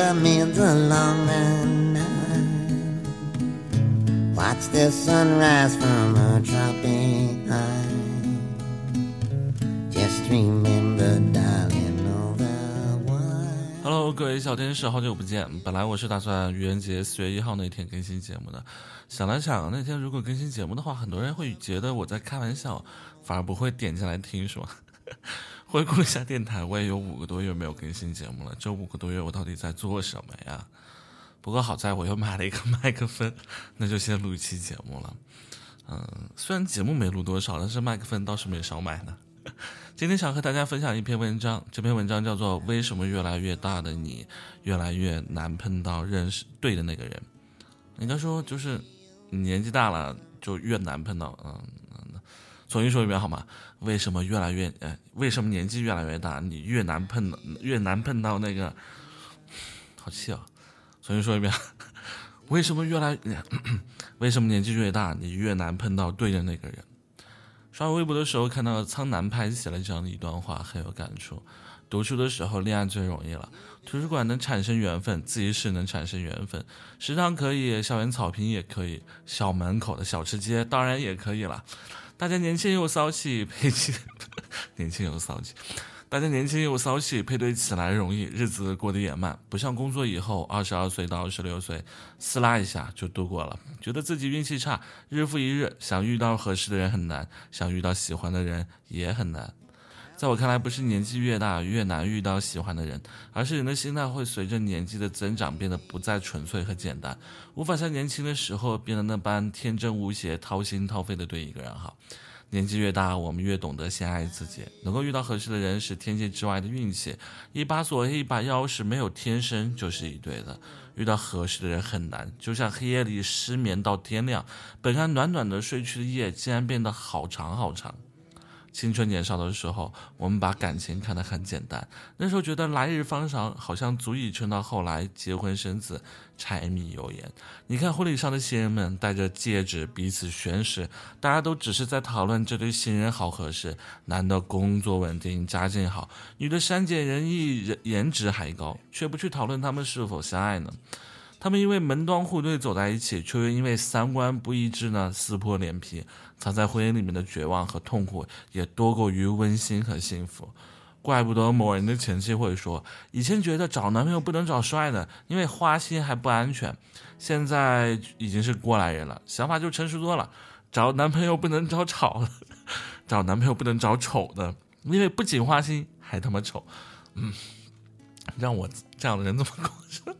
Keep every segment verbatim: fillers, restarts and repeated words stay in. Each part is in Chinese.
means a long night. Watch the sunrise from a tropic high. Just remember, darling, all the while. Hello， 各位小天使，好久不见。本来我是打算愚人节四月一号那天更新节目的，想了想，那天如果更新节目的话，很多人会觉得我在开玩笑，反而不会点进来听，是吧？回顾一下电台，我也有五个多月没有更新节目了。这五个多月我到底在做什么呀？不过好在我又买了一个麦克风，那就先录一期节目了。嗯，虽然节目没录多少，但是麦克风倒是没少买呢。今天想和大家分享一篇文章，这篇文章叫做《为什么越来越大的你越来越难碰到认识对的那个人》。应该说就是你年纪大了就越难碰到，嗯，重新说一遍好吗？为什么越来越呃，为什么年纪越来越大，你越难碰越难碰到那个？好气啊！重新说一遍，为什么越来为什么年纪越大，你越难碰到对的那个人？刷微博的时候看到苍南派写了这样的一段话，很有感触。读书的时候恋爱最容易了，图书馆能产生缘分，自习室能产生缘分，食堂可以，校园草坪也可以，校门口的小吃街当然也可以了。大家年轻又骚气，配起年轻又骚气，大家年轻又骚气，配对起来容易，日子过得也慢，不像工作以后，二十二岁到二十六岁，撕拉一下就度过了。觉得自己运气差，日复一日，想遇到合适的人很难，想遇到喜欢的人也很难。在我看来，不是年纪越大越难遇到喜欢的人，而是人的心态会随着年纪的增长变得不再纯粹和简单，无法像年轻的时候变得那般天真无邪，掏心掏肺的对一个人好。年纪越大，我们越懂得先爱自己，能够遇到合适的人是天界之外的运气，一把锁一把钥匙没有天生就是一对的，遇到合适的人很难，就像黑夜里失眠到天亮，本该暖暖的睡去的夜竟然变得好长好长。青春年少的时候，我们把感情看得很简单，那时候觉得来日方长，好像足以撑到后来结婚生子，柴米油盐。你看婚礼上的新人们戴着戒指彼此宣誓，大家都只是在讨论这对新人好合适，男的工作稳定家境好，女的善解人意颜值还高，却不去讨论他们是否相爱呢？他们因为门当户对走在一起，却又因为三观不一致呢撕破脸皮，藏在婚姻里面的绝望和痛苦也多过于温馨和幸福。怪不得某人的前妻会说，以前觉得找男朋友不能找帅的，因为花心还不安全，现在已经是过来人了，想法就成熟多了，找男朋友不能找吵的，找男朋友不能找丑的，因为不仅花心还他妈丑。嗯，让我这样的人怎么过着？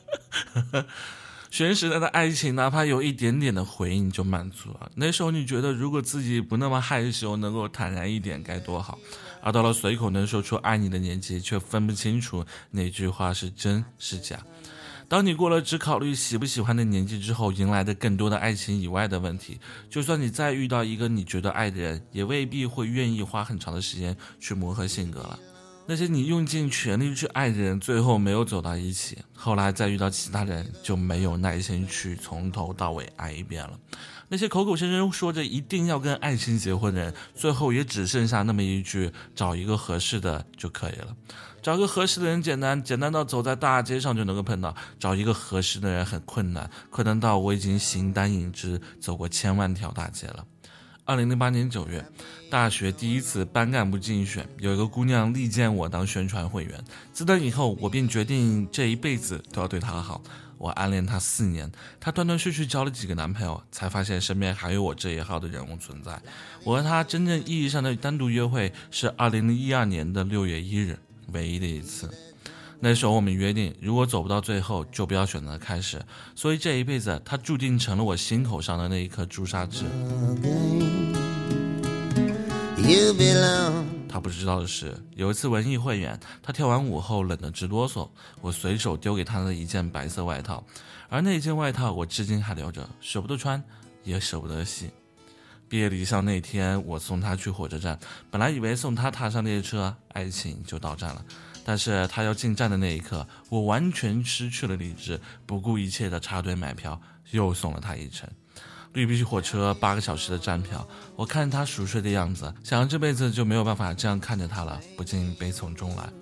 学生时代的爱情哪怕有一点点的回应就满足了，那时候你觉得如果自己不那么害羞，能够坦然一点该多好。而到了随口能说出爱你的年纪，却分不清楚哪句话是真是假。当你过了只考虑喜不喜欢的年纪之后，迎来的更多的爱情以外的问题，就算你再遇到一个你觉得爱的人，也未必会愿意花很长的时间去磨合性格了。那些你用尽全力去爱的人，最后没有走到一起，后来再遇到其他人，就没有耐心去从头到尾爱一遍了。那些口口声声说着一定要跟爱情结婚的人，最后也只剩下那么一句，找一个合适的就可以了。找个合适的人简单，简单到走在大街上就能够碰到，找一个合适的人很困难，困难到我已经形单影只，走过千万条大街了。二零零八年九月，大学第一次班干部竞选，有一个姑娘力荐我当宣传会员。自那以后，我便决定这一辈子都要对她好。我暗恋她四年，她断断续续交了几个男朋友，才发现身边还有我这一号的人物存在。我和她真正意义上的单独约会是二零一二年的六月一日，唯一的一次。那时候我们约定，如果走不到最后，就不要选择开始。所以这一辈子，他注定成了我心口上的那一颗朱砂痣。他不知道的是，有一次文艺汇演，他跳完舞后冷得直哆嗦，我随手丢给他的一件白色外套，而那件外套我至今还留着，舍不得穿，也舍不得洗。毕业离校那天，我送他去火车站，本来以为送他踏上列车，爱情就到站了。但是他要进站的那一刻，我完全失去了理智，不顾一切的插队买票，又送了他一程。绿皮火车八个小时的站票，我看他熟睡的样子，想这辈子就没有办法这样看着他了，不禁悲从中来。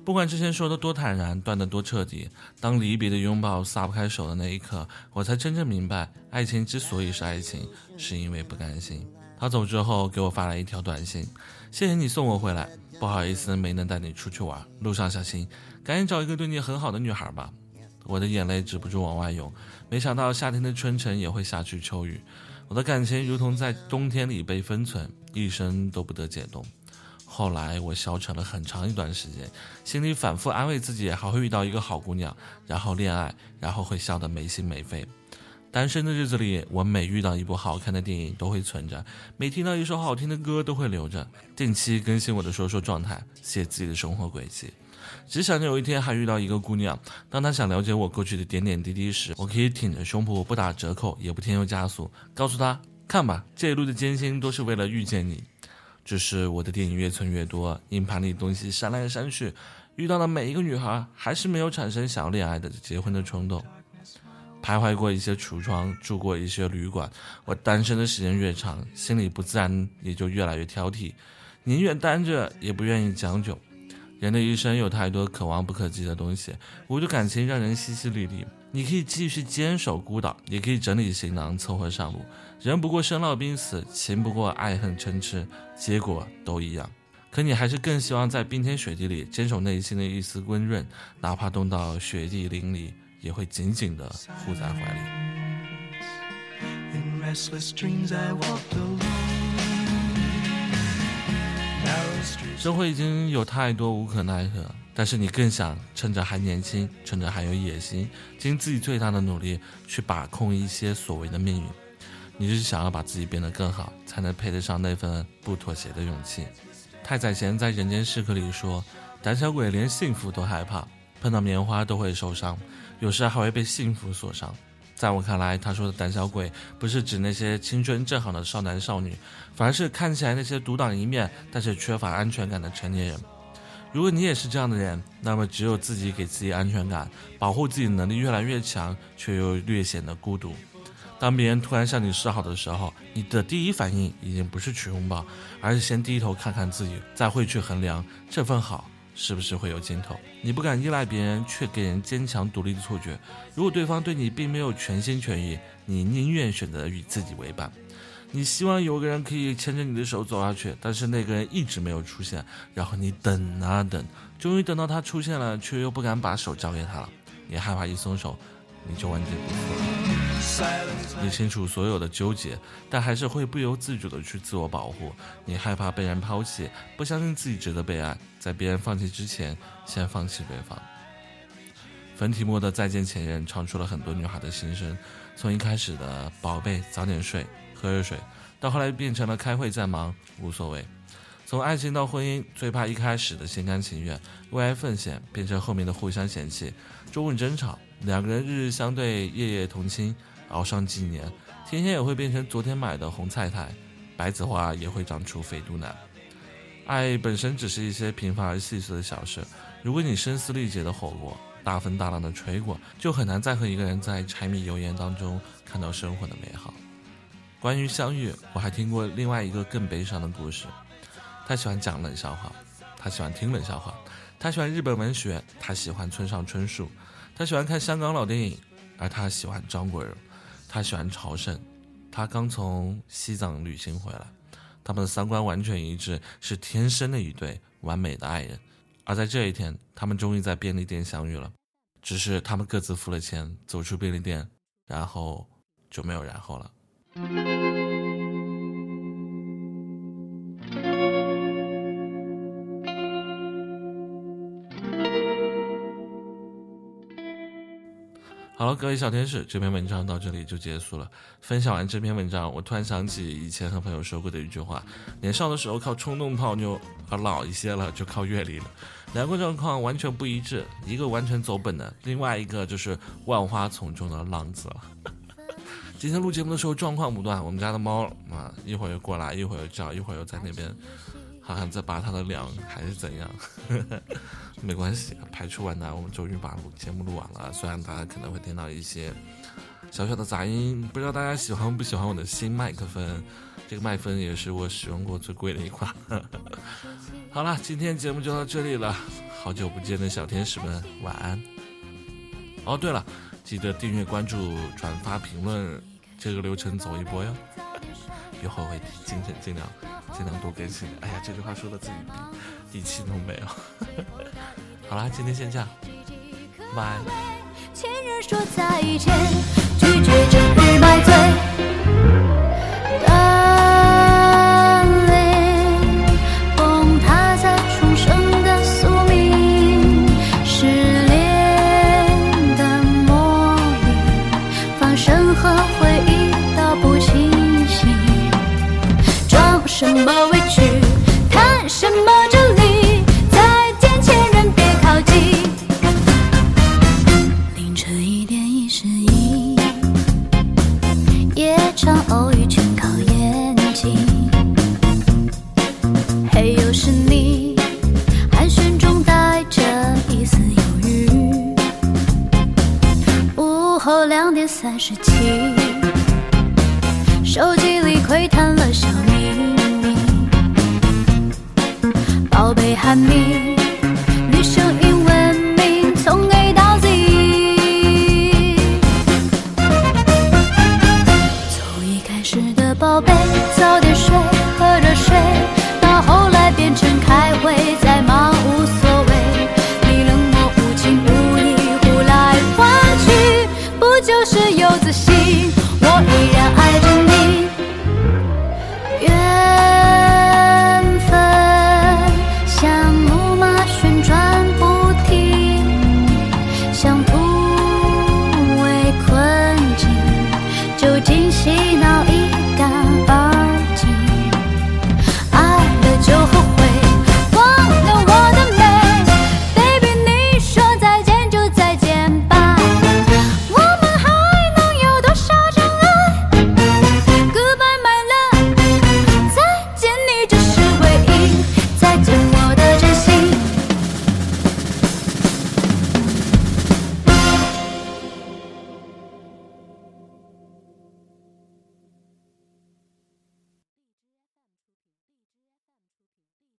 不管之前说的多坦然，断得多彻底，当离别的拥抱撒不开手的那一刻，我才真正明白，爱情之所以是爱情，是因为不甘心。他走之后给我发了一条短信，谢谢你送我回来，不好意思没能带你出去玩，路上小心，赶紧找一个对你很好的女孩吧。我的眼泪止不住往外涌，没想到夏天的春晨也会下去秋雨，我的感情如同在冬天里被封存，一生都不得解冻。后来我消沉了很长一段时间，心里反复安慰自己还会遇到一个好姑娘，然后恋爱，然后会笑得没心没肺。单身的日子里，我每遇到一部好看的电影都会存着，每听到一首好听的歌都会留着，定期更新我的说说状态，写自己的生活轨迹。只想着有一天还遇到一个姑娘，当她想了解我过去的点点滴滴时，我可以挺着胸脯不打折扣也不添油加醋，告诉她看吧，这一路的艰辛都是为了遇见你。只是我的电影越存越多，硬盘里东西删来删去，遇到的每一个女孩还是没有产生想要恋爱的结婚的冲动。徘徊过一些橱窗，住过一些旅馆，我单身的时间越长，心里不自然也就越来越挑剔，宁愿单着也不愿意将就。人的一生有太多可望不可及的东西，唯独感情让人淅淅沥沥。你可以继续坚守孤岛，也可以整理行囊凑合上路。人不过生老病死，情不过爱恨嗔痴，结果都一样。可你还是更希望在冰天雪地里坚守内心的一丝温润，哪怕冻到雪地淋漓，也会紧紧地护在怀里。生活已经有太多无可奈何，但是你更想趁着还年轻，趁着还有野心，尽自己最大的努力去把控一些所谓的命运。你是想要把自己变得更好，才能配得上那份不妥协的勇气。太宰贤在《人间失格》里说，胆小鬼连幸福都害怕，碰到棉花都会受伤，有时还会被幸福所伤。在我看来，他说的胆小鬼不是指那些青春正好的少男少女，反而是看起来那些独当一面但是缺乏安全感的成年人。如果你也是这样的人，那么只有自己给自己安全感，保护自己的能力越来越强，却又略显得孤独。当别人突然向你示好的时候，你的第一反应已经不是去拥抱，而是先低头看看自己，再会去衡量这份好是不是会有尽头。你不敢依赖别人，却给人坚强独立的错觉。如果对方对你并没有全心全意，你宁愿选择与自己为伴。你希望有个人可以牵着你的手走下去，但是那个人一直没有出现，然后你等啊等，终于等到他出现了，却又不敢把手交给他了。你害怕一松手你就万劫不复了。你清楚所有的纠结，但还是会不由自主的去自我保护。你害怕被人抛弃，不相信自己值得被爱，在别人放弃之前先放弃对方。粉体墨的再见前任唱出了很多女孩的心声，从一开始的宝贝早点睡喝热水，到后来变成了开会再忙无所谓。从爱情到婚姻，最怕一开始的心甘情愿为爱奉献，变成后面的互相嫌弃中午争吵，两个人日日相对夜夜同寝，熬上几年，天天也会变成昨天买的红菜苔，白子画也会长出肥肚腩。爱本身只是一些平凡而细碎的小事，如果你声嘶力竭的吼过，大风大浪的吹过，就很难再和一个人在柴米油盐当中看到生活的美好。关于相遇，我还听过另外一个更悲伤的故事。他喜欢讲冷笑话，他喜欢听冷笑话，他喜欢日本文学，他喜欢村上春树，他喜欢看香港老电影，而他喜欢张国荣，他喜欢朝圣，他刚从西藏旅行回来，他们的三观完全一致，是天生的一对完美的爱人。而在这一天，他们终于在便利店相遇了，只是他们各自付了钱，走出便利店，然后就没有然后了。好了，各位小天使，这篇文章到这里就结束了。分享完这篇文章，我突然想起以前和朋友说过的一句话：年少的时候靠冲动泡妞，而老一些了就靠阅历了。两个状况完全不一致，一个完全走本的，另外一个就是万花丛中的浪子了。今天录节目的时候状况不断，我们家的猫啊，一会儿又过来，一会儿又叫，一会儿又在那边好像在拔它的粮还是怎样。没关系，排除万难，我们终于把录节目录完了。虽然大家可能会听到一些小小的杂音，不知道大家喜欢不喜欢我的新麦克风，这个麦克风也是我使用过最贵的一款。好了，今天节目就到这里了， 好久不见的小天使们晚安。哦，对了，记得订阅、关注、转发、评论，这个流程走一波哟。以后会尽尽量尽量多更新的。哎呀，这句话说的自己底气都没有。好啦，今天先这样，拜。 前人说再见，拒绝整日买醉。什么委屈，谈什么真理？再见，前人别靠近。凌晨一点一十一，夜长偶遇全靠眼睛。嘿，又是你，寒暄中带着一丝犹豫。午后两点三十七，手机里窥探了小秘密。宝贝喊你